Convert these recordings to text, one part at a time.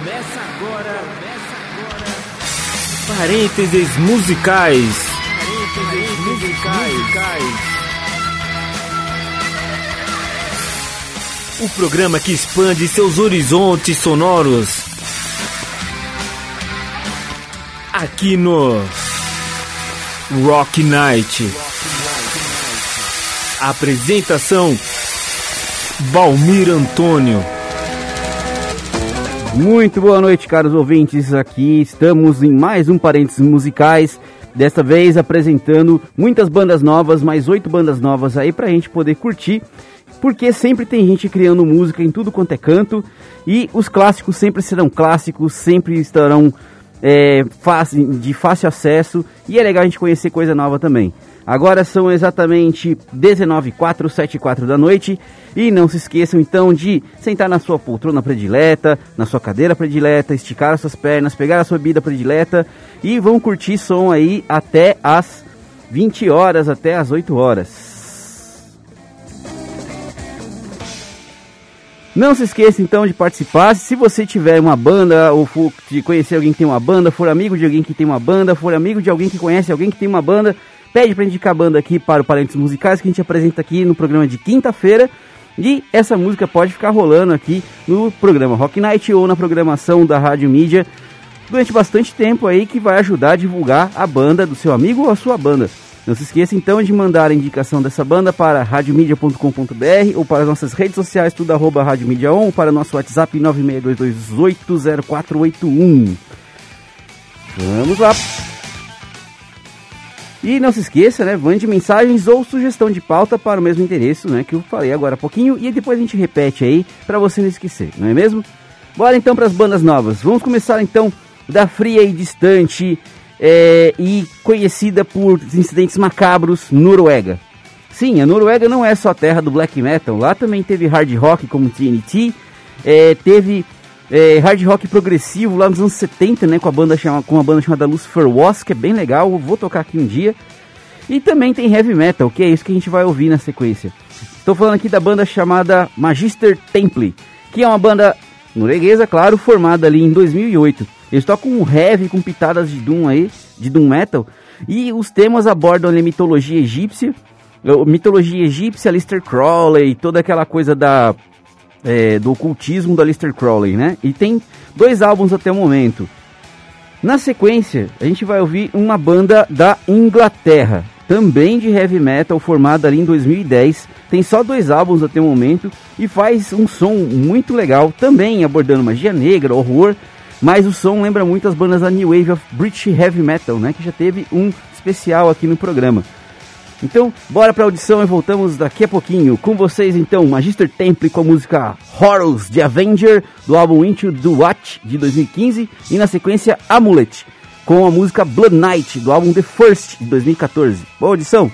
Parênteses musicais. O programa que expande seus horizontes sonoros. Aqui no Rock Night. Apresentação: Valmir Antônio. Muito boa noite, caros ouvintes. Aqui estamos em mais um Parênteses Musicais. Desta vez apresentando muitas bandas novas, mais 8 bandas novas aí pra gente poder curtir. Porque sempre tem gente criando música em tudo quanto é canto. E os clássicos sempre serão clássicos, sempre estarão de fácil acesso. E é legal a gente conhecer coisa nova também. Agora são exatamente 19h04, 7h04 da noite. E não se esqueçam então de sentar na sua poltrona predileta, na sua cadeira predileta, esticar as suas pernas, pegar a sua bebida predileta. E vão curtir som aí até as 20 horas, até as 8 horas. Não se esqueça então de participar. Se você tiver uma banda, ou for de conhecer alguém que tem uma banda, for amigo de alguém que tem uma banda, for amigo de alguém que conhece alguém que tem uma banda, pede para indicar a banda aqui para o Parênteses Musicais, que a gente apresenta aqui no programa de quinta-feira. E essa música pode ficar rolando aqui no programa Rock Night ou na programação da Rádio Mídia durante bastante tempo aí, que vai ajudar a divulgar a banda do seu amigo ou a sua banda. Não se esqueça então de mandar a indicação dessa banda para radiomedia.com.br ou para as nossas redes sociais, tudo @radiomedia1, ou para nosso WhatsApp 962280481. Vamos lá! E não se esqueça, né, mande mensagens ou sugestão de pauta para o mesmo endereço, né, que eu falei agora há pouquinho, e depois a gente repete aí para você não esquecer, não é mesmo? Bora então para as bandas novas. Vamos começar então da fria e distante e conhecida por incidentes macabros, Noruega. Sim, a Noruega não é só a terra do black metal, lá também teve hard rock como TNT, teve hard rock progressivo lá nos anos 70, né, com uma banda chamada Lucifer Wasp, que é bem legal, eu vou tocar aqui um dia. E também tem heavy metal, que é isso que a gente vai ouvir na sequência. Estou falando aqui da banda chamada Magister Temple, que é uma banda norueguesa, claro, formada ali em 2008. Eles tocam heavy com pitadas de doom aí, de doom metal, e os temas abordam a mitologia egípcia, Aleister Crowley, toda aquela coisa do ocultismo do Aleister Crowley, né? E tem 2 álbuns até o momento. Na sequência, a gente vai ouvir uma banda da Inglaterra, também de heavy metal, formada ali em 2010. Tem só 2 álbuns até o momento e faz um som muito legal, também abordando magia negra, horror, mas o som lembra muito as bandas da New Wave of British Heavy Metal, né? Que já teve um especial aqui no programa. Então, bora pra audição e voltamos daqui a pouquinho. Com vocês, então, Magister Temple com a música Horrors de Avenger, do álbum Into the Watch, de 2015. E na sequência, Amulet, com a música Blood Night, do álbum The First, de 2014. Boa audição!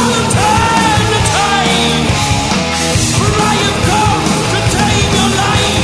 Life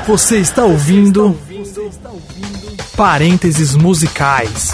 Você está ouvindo Parênteses Musicais.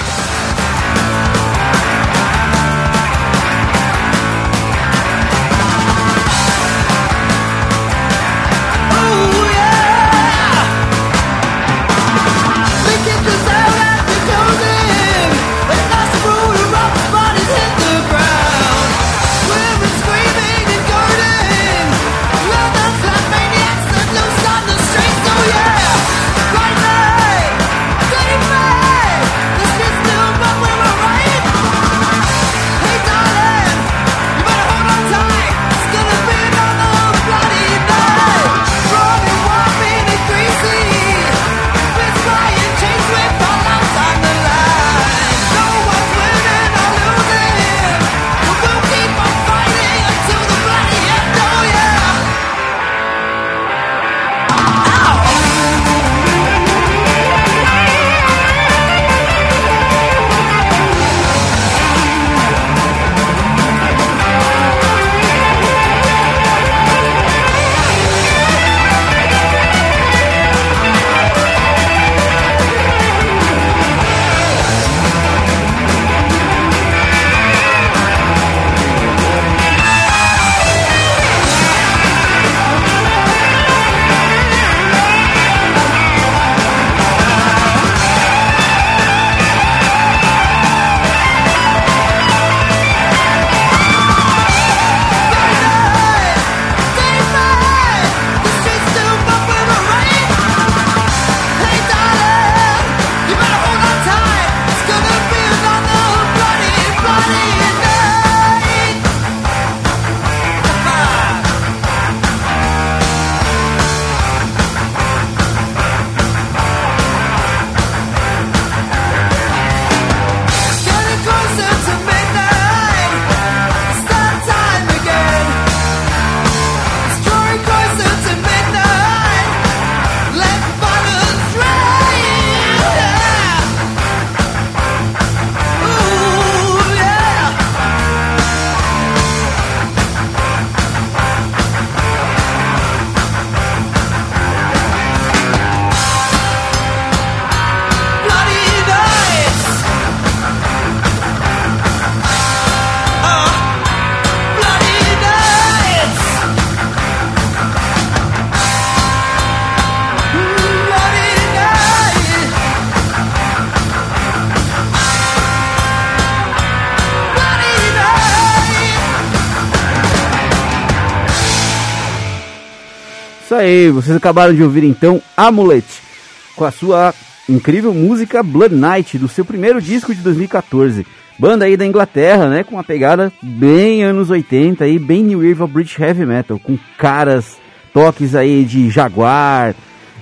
Isso aí, vocês acabaram de ouvir então Amulet, com a sua incrível música Blood Night, do seu primeiro disco de 2014. Banda aí da Inglaterra, né, com uma pegada bem anos 80, aí, bem New Wave of British Heavy Metal, com caras, toques aí de Jaguar,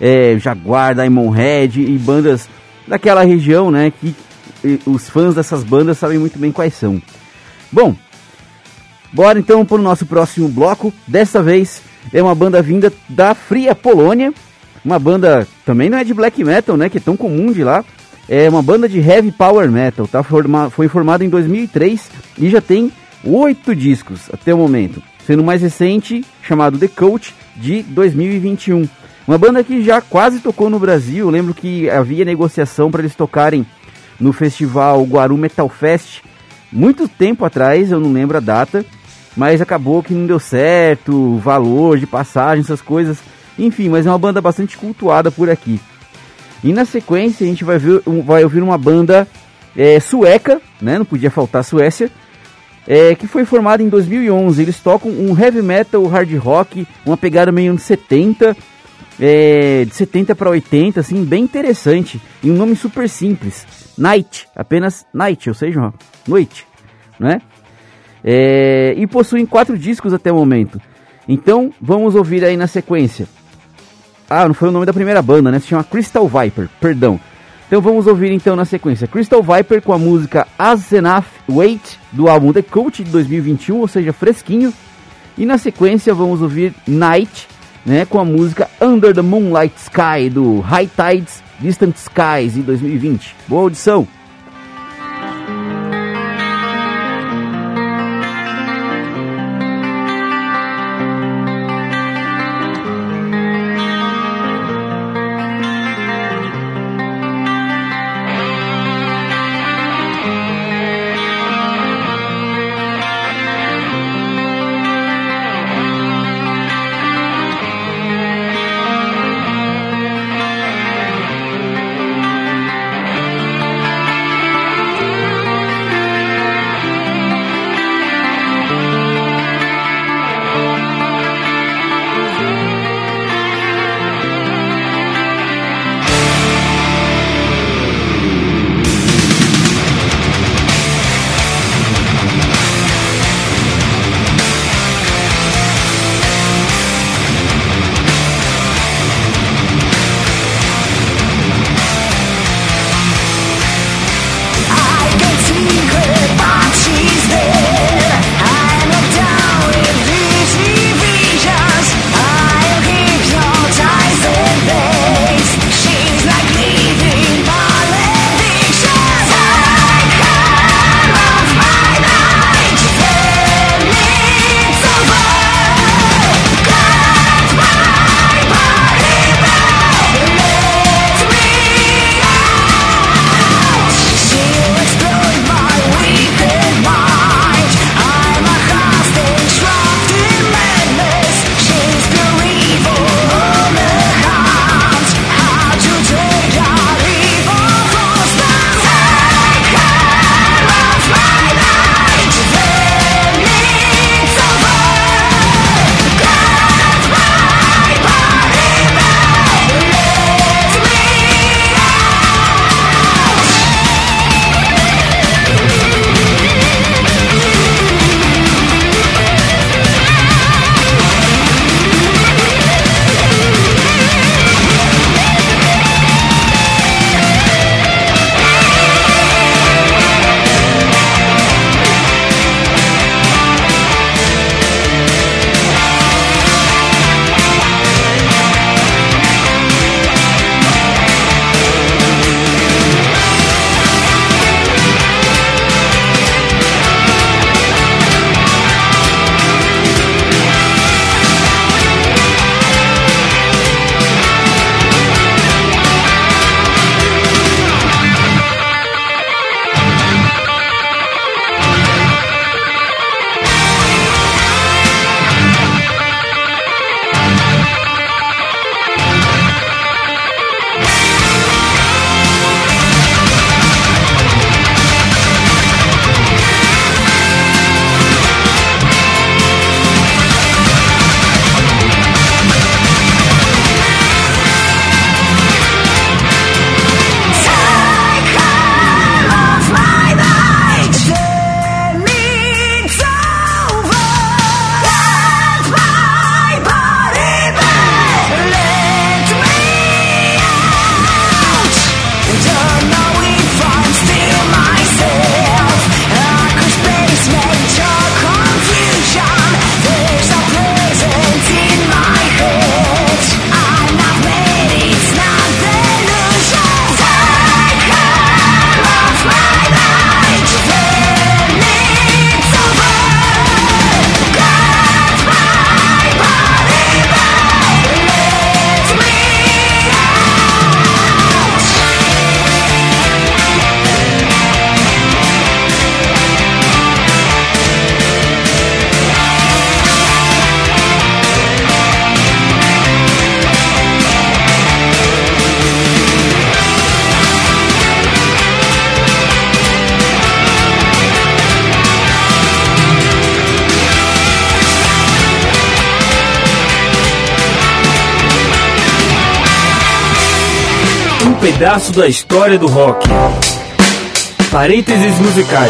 Diamond Head e bandas daquela região, né, que os fãs dessas bandas sabem muito bem quais são. Bom, bora então para o nosso próximo bloco. Dessa vez é uma banda vinda da fria Polônia, uma banda também não é de black metal, né, que é tão comum de lá. É uma banda de heavy power metal, tá? Foi formada em 2003 e já tem 8 discos até o momento, sendo o mais recente chamado The Coach, de 2021. Uma banda que já quase tocou no Brasil. Eu lembro que havia negociação para eles tocarem no festival Guaru Metal Fest muito tempo atrás, eu não lembro a data, mas acabou que não deu certo, valor de passagem, essas coisas, enfim, mas é uma banda bastante cultuada por aqui. E na sequência a gente vai ouvir uma banda sueca, né? Não podia faltar Suécia, que foi formada em 2011. Eles tocam um heavy metal, hard rock, uma pegada meio anos 70, de 70 para 80, assim, bem interessante, e um nome super simples, Night, apenas Night, ou seja, noite, né? E possuem 4 discos até o momento. Então vamos ouvir aí na sequência. Não foi o nome da primeira banda, né? Se chama Crystal Viper, perdão. Então vamos ouvir então na sequência Crystal Viper com a música As Enough Wait, do álbum The Coach de 2021, ou seja, fresquinho. E na sequência vamos ouvir Night, né, com a música Under the Moonlight Sky, do High Tides Distant Skies, de 2020. Boa audição! pedaço da história do rock. Parênteses musicais.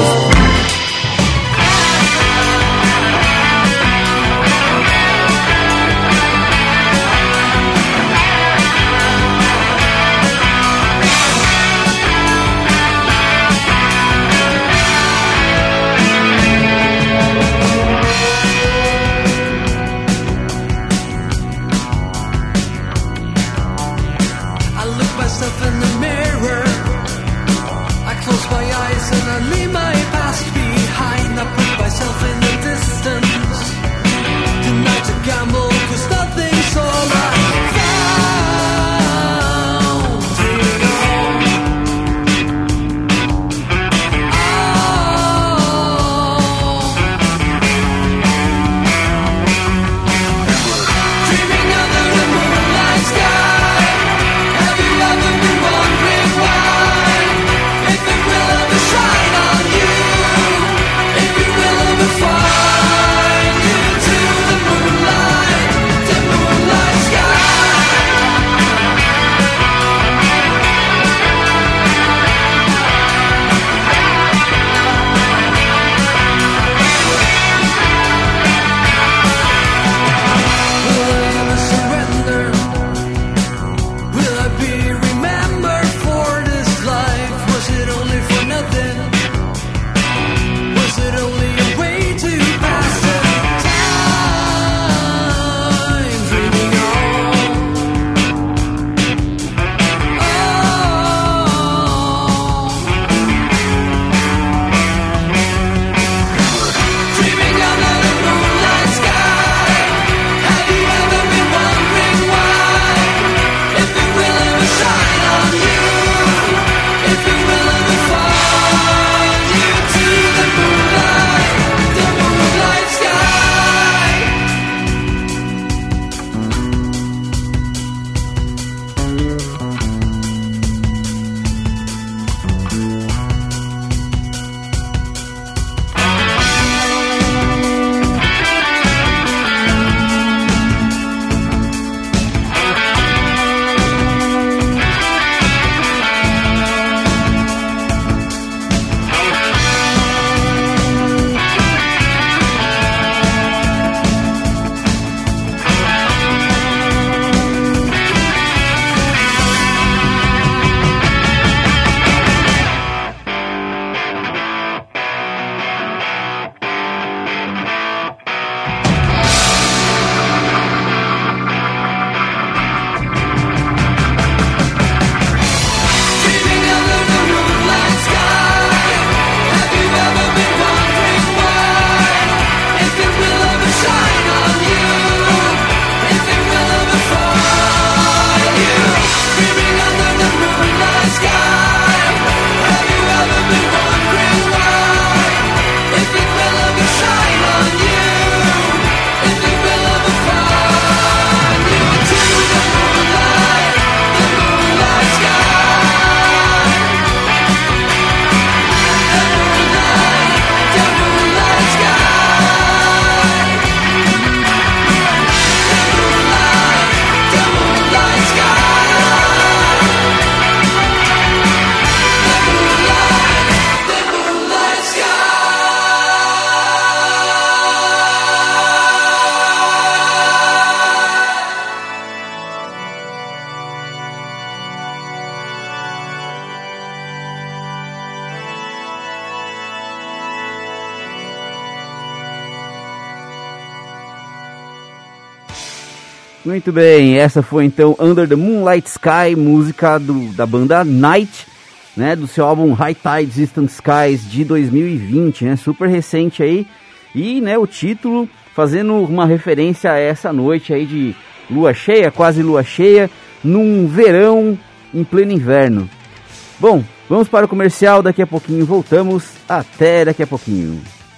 Muito bem, essa foi então Under the Moonlight Sky, música da banda Night, né, do seu álbum High Tide Distant Skies de 2020, né, super recente aí, e né, o título fazendo uma referência a essa noite aí de lua cheia, quase lua cheia, num verão em pleno inverno. Bom, vamos para o comercial, daqui a pouquinho voltamos, até daqui a pouquinho.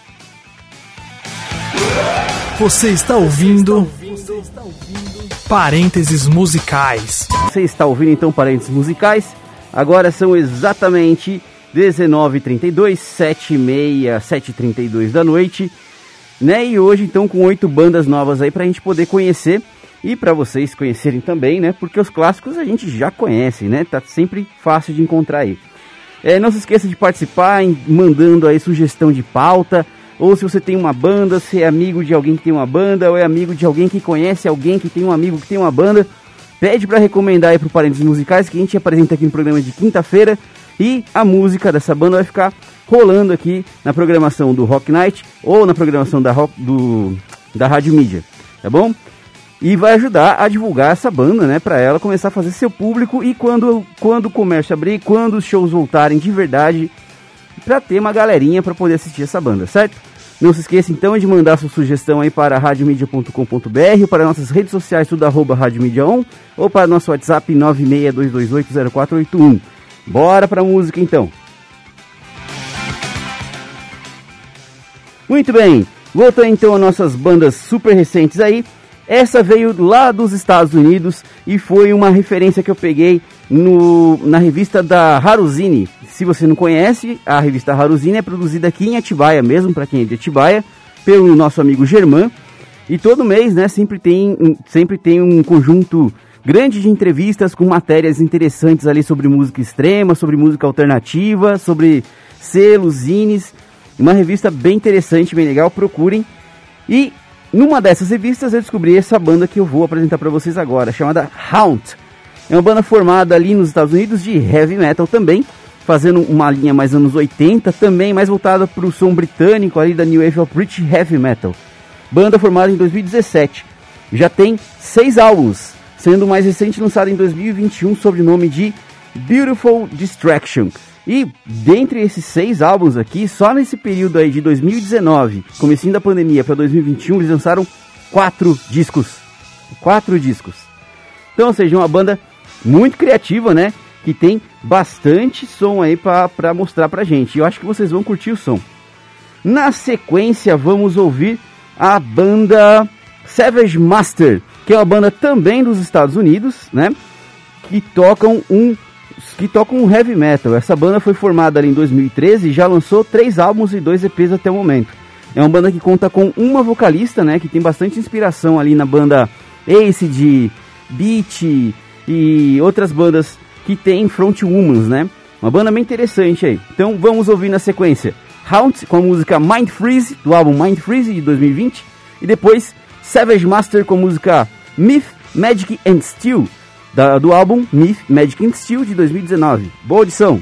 Você está ouvindo Parênteses Musicais. Você está ouvindo então Parênteses Musicais. Agora são exatamente 19h32, 7h32 da noite, né? E hoje então com 8 bandas novas aí pra gente poder conhecer. E para vocês conhecerem também, né? Porque os clássicos a gente já conhece, né? Tá sempre fácil de encontrar aí. Não se esqueça de participar, mandando aí sugestão de pauta, ou se você tem uma banda, se é amigo de alguém que tem uma banda, ou é amigo de alguém que conhece alguém que tem um amigo que tem uma banda, pede para recomendar aí pro Parênteses Musicais, que a gente apresenta aqui no programa de quinta-feira, e a música dessa banda vai ficar rolando aqui na programação do Rock Night, ou na programação da Rádio Mídia, tá bom? E vai ajudar a divulgar essa banda, né, para ela começar a fazer seu público, e quando o comércio abrir, quando os shows voltarem de verdade, para ter uma galerinha para poder assistir essa banda, certo? Não se esqueça então de mandar sua sugestão aí para radiomedia.com.br, para nossas redes sociais, tudo @radiomedia1, ou para nosso WhatsApp 962280481. Bora pra música então. Muito bem, voltando então às nossas bandas super recentes aí. Essa veio lá dos Estados Unidos e foi uma referência que eu peguei na revista da Haruzini. Se você não conhece, a revista Haruzini é produzida aqui em Atibaia mesmo, para quem é de Atibaia, pelo nosso amigo Germán. E todo mês, né, sempre tem um conjunto grande de entrevistas com matérias interessantes ali sobre música extrema, sobre música alternativa, sobre selos, zines. Uma revista bem interessante, bem legal, procurem. E numa dessas revistas eu descobri essa banda que eu vou apresentar para vocês agora, chamada Haunt. É uma banda formada ali nos Estados Unidos de heavy metal também, fazendo uma linha mais anos 80, também mais voltada para o som britânico ali da New Wave of British Heavy Metal. Banda formada em 2017, já tem 6 álbuns, sendo o mais recente lançado em 2021 sob o nome de Beautiful Distraction. E dentre esses 6 álbuns aqui, só nesse período aí de 2019, comecinho da pandemia para 2021, eles lançaram 4 discos. 4 discos. Então, ou seja, uma banda muito criativa, né? Que tem bastante som aí para mostrar pra gente. E eu acho que vocês vão curtir o som. Na sequência, vamos ouvir a banda Savage Master, que é uma banda também dos Estados Unidos, né? Que tocam um heavy metal. Essa banda foi formada ali em 2013 e já lançou 3 álbuns e 2 EPs até o momento. É uma banda que conta com uma vocalista, né, que tem bastante inspiração ali na banda Acid, Beat e outras bandas que tem frontwomans, né? Uma banda bem interessante aí. Então vamos ouvir na sequência Haunt com a música Mind Freeze, do álbum Mind Freeze de 2020, e depois Savage Master com a música Myth, Magic and Steel, do álbum Myth, Magic and Steel de 2019. Boa audição!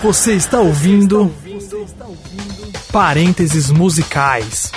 Você está ouvindo Parênteses Musicais.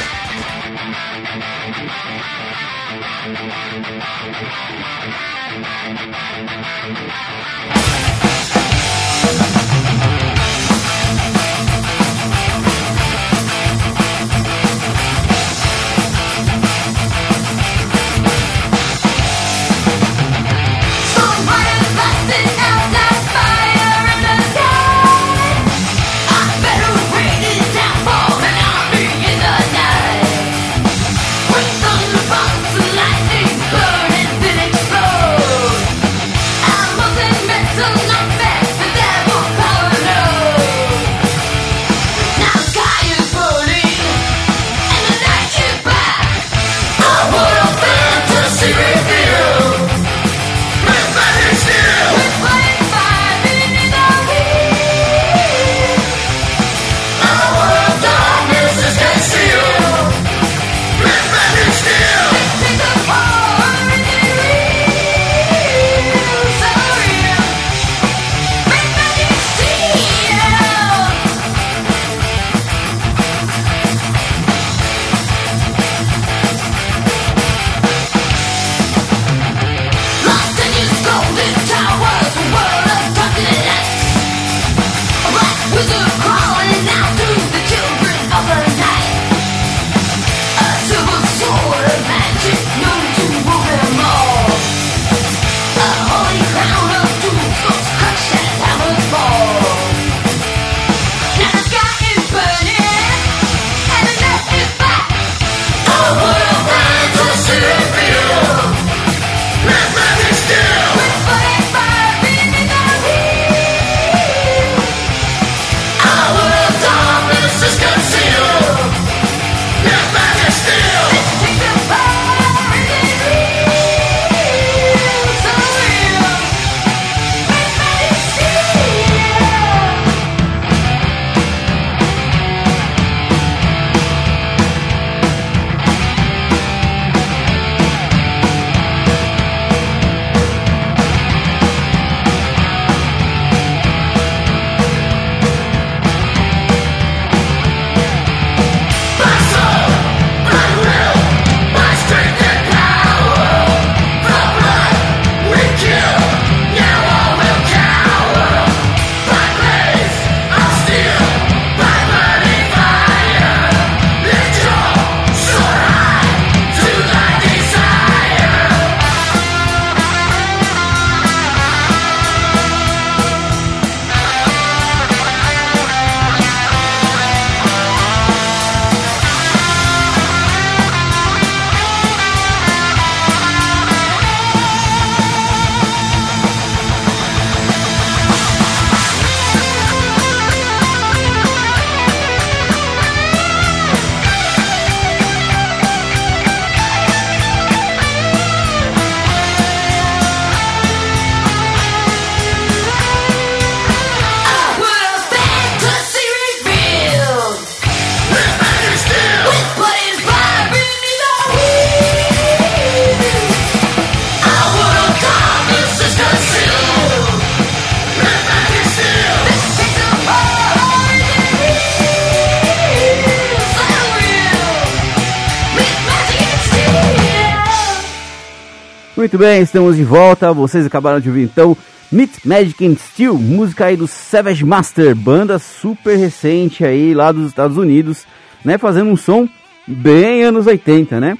Muito bem, estamos de volta. Vocês acabaram de ouvir então Meat, Magic and Steel, música aí do Savage Master, banda super recente aí lá dos Estados Unidos, né, fazendo um som bem anos 80, né?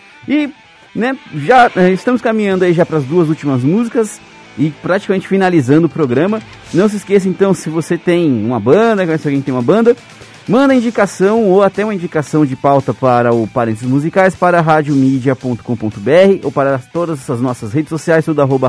E, né, já estamos caminhando aí já para as duas últimas músicas e praticamente finalizando o programa. Não se esqueça então, se você tem uma banda, conhece alguém que tem uma banda, manda indicação ou até uma indicação de pauta para o Parênteses Musicais para radiomedia.com.br ou para todas as nossas redes sociais, tudo arroba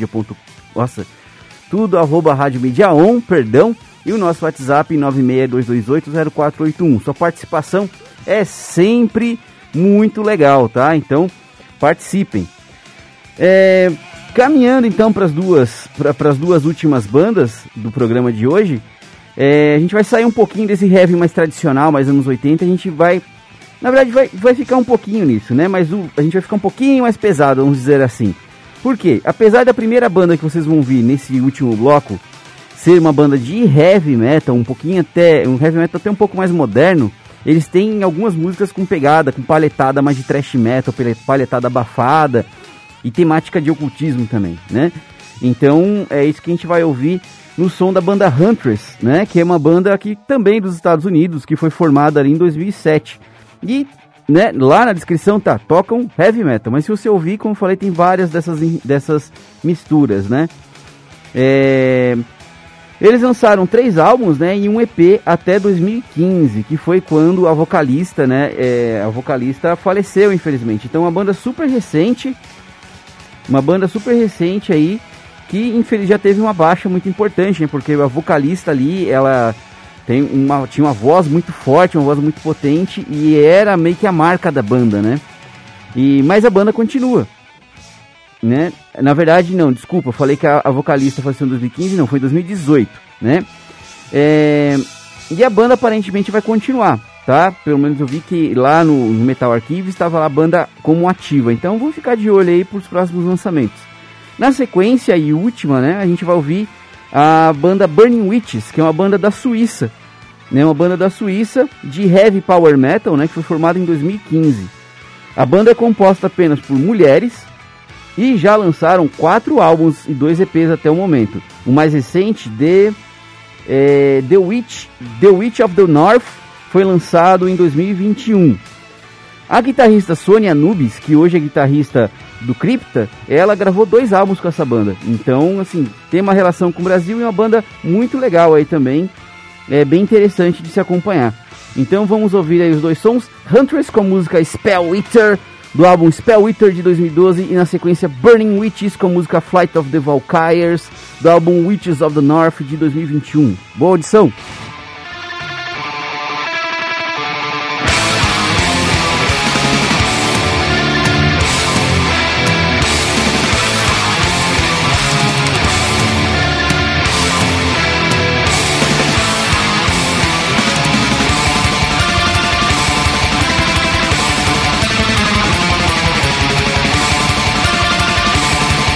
radiomediaon, perdão, e o nosso WhatsApp 962280481. Sua participação é sempre muito legal, tá? Então, participem. Caminhando então para as duas últimas bandas do programa de hoje, a gente vai sair um pouquinho desse heavy mais tradicional, mais anos 80, a gente vai, na verdade vai ficar um pouquinho nisso, né, mas a gente vai ficar um pouquinho mais pesado, vamos dizer assim. Por quê? Apesar da primeira banda que vocês vão ouvir nesse último bloco ser uma banda de heavy metal, um heavy metal até um pouco mais moderno, eles têm algumas músicas com pegada, com palhetada mais de thrash metal, palhetada abafada e temática de ocultismo também, né? Então é isso que a gente vai ouvir no som da banda Huntress, né? Que é uma banda aqui também dos Estados Unidos, que foi formada ali em 2007. E, né, lá na descrição tocam heavy metal, mas se você ouvir, como eu falei, tem várias dessas misturas, né? Eles lançaram 3 álbuns, né, e um EP até 2015, que foi quando a vocalista, né, a vocalista faleceu, infelizmente. Então, uma banda super recente aí, que já teve uma baixa muito importante, né, porque a vocalista ali, ela tinha uma voz muito forte, uma voz muito potente, e era meio que a marca da banda, né? Mas a banda continua, né? Na verdade, não, desculpa, eu falei que a vocalista faleceu em 2015, não, foi em 2018, né? E a banda aparentemente vai continuar, tá? Pelo menos eu vi que lá no Metal Archive estava lá a banda como ativa, então vamos ficar de olho aí para os próximos lançamentos. Na sequência e última, né, a gente vai ouvir a banda Burning Witches, que é uma banda da Suíça, né? Uma banda da Suíça de heavy power metal, né? Que foi formada em 2015. A banda é composta apenas por mulheres e já lançaram 4 álbuns e 2 EPs até o momento. O mais recente, The Witch of the North, foi lançado em 2021. A guitarrista Sônia Anubis, que hoje é guitarrista do Crypta, ela gravou 2 álbuns com essa banda. Então, assim, tem uma relação com o Brasil e uma banda muito legal aí também. É bem interessante de se acompanhar. Então vamos ouvir aí os 2 sons. Huntress com a música Spell Eater, do álbum Spell Eater de 2012. E na sequência Burning Witches com a música Flight of the Valkyries, do álbum Witches of the North de 2021. Boa audição!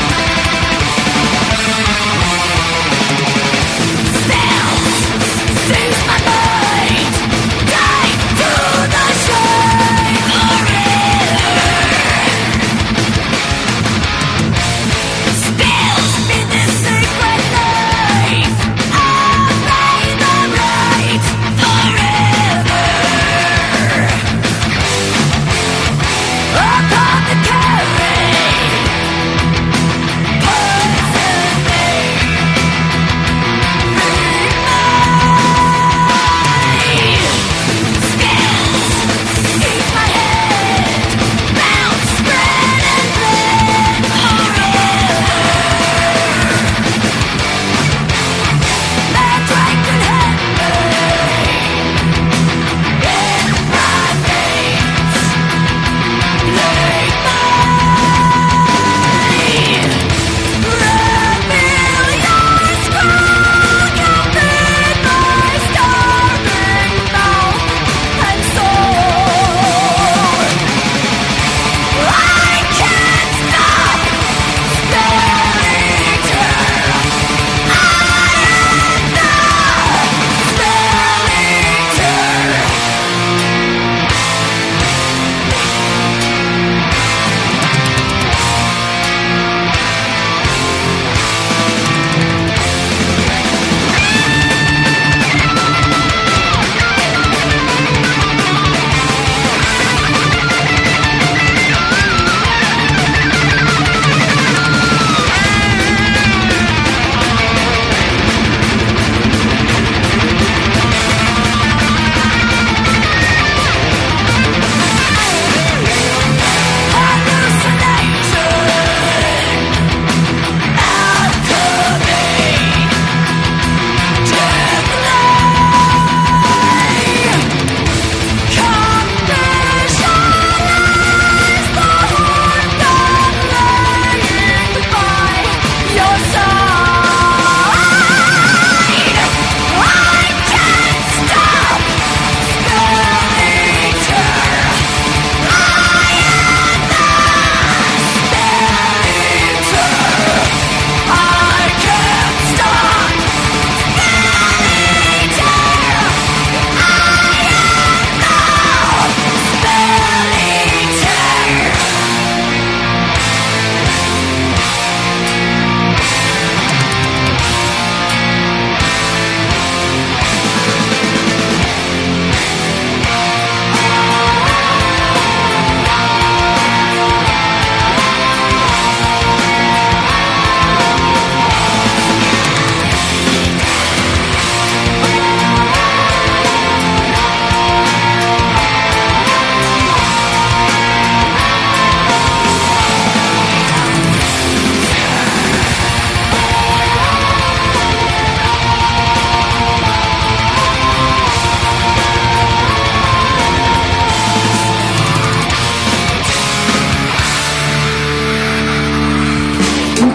Spell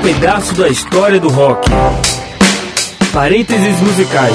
pedaço da história do rock. Parênteses musicais.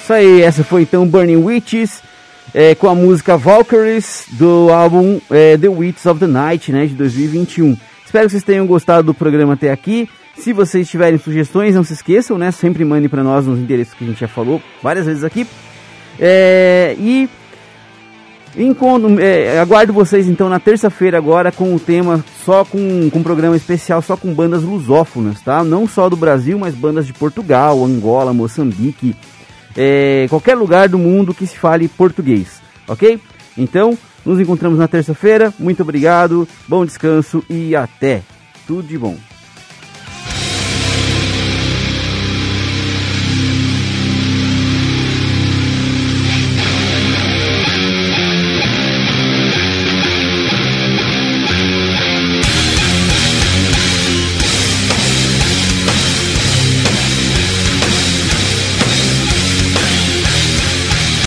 Isso aí, essa foi então Burning Witches, com a música Valkyries do álbum The Witches of the Night, né, de 2021. Espero que vocês tenham gostado do programa até aqui. Se vocês tiverem sugestões, não se esqueçam, né, sempre mandem para nós nos endereços que a gente já falou várias vezes aqui. Aguardo vocês então na terça-feira agora com o tema com um programa especial só com bandas lusófonas, tá? Não só do Brasil, mas bandas de Portugal, Angola, Moçambique, qualquer lugar do mundo que se fale português, ok? Então, nos encontramos na terça-feira, muito obrigado, bom descanso e até, tudo de bom.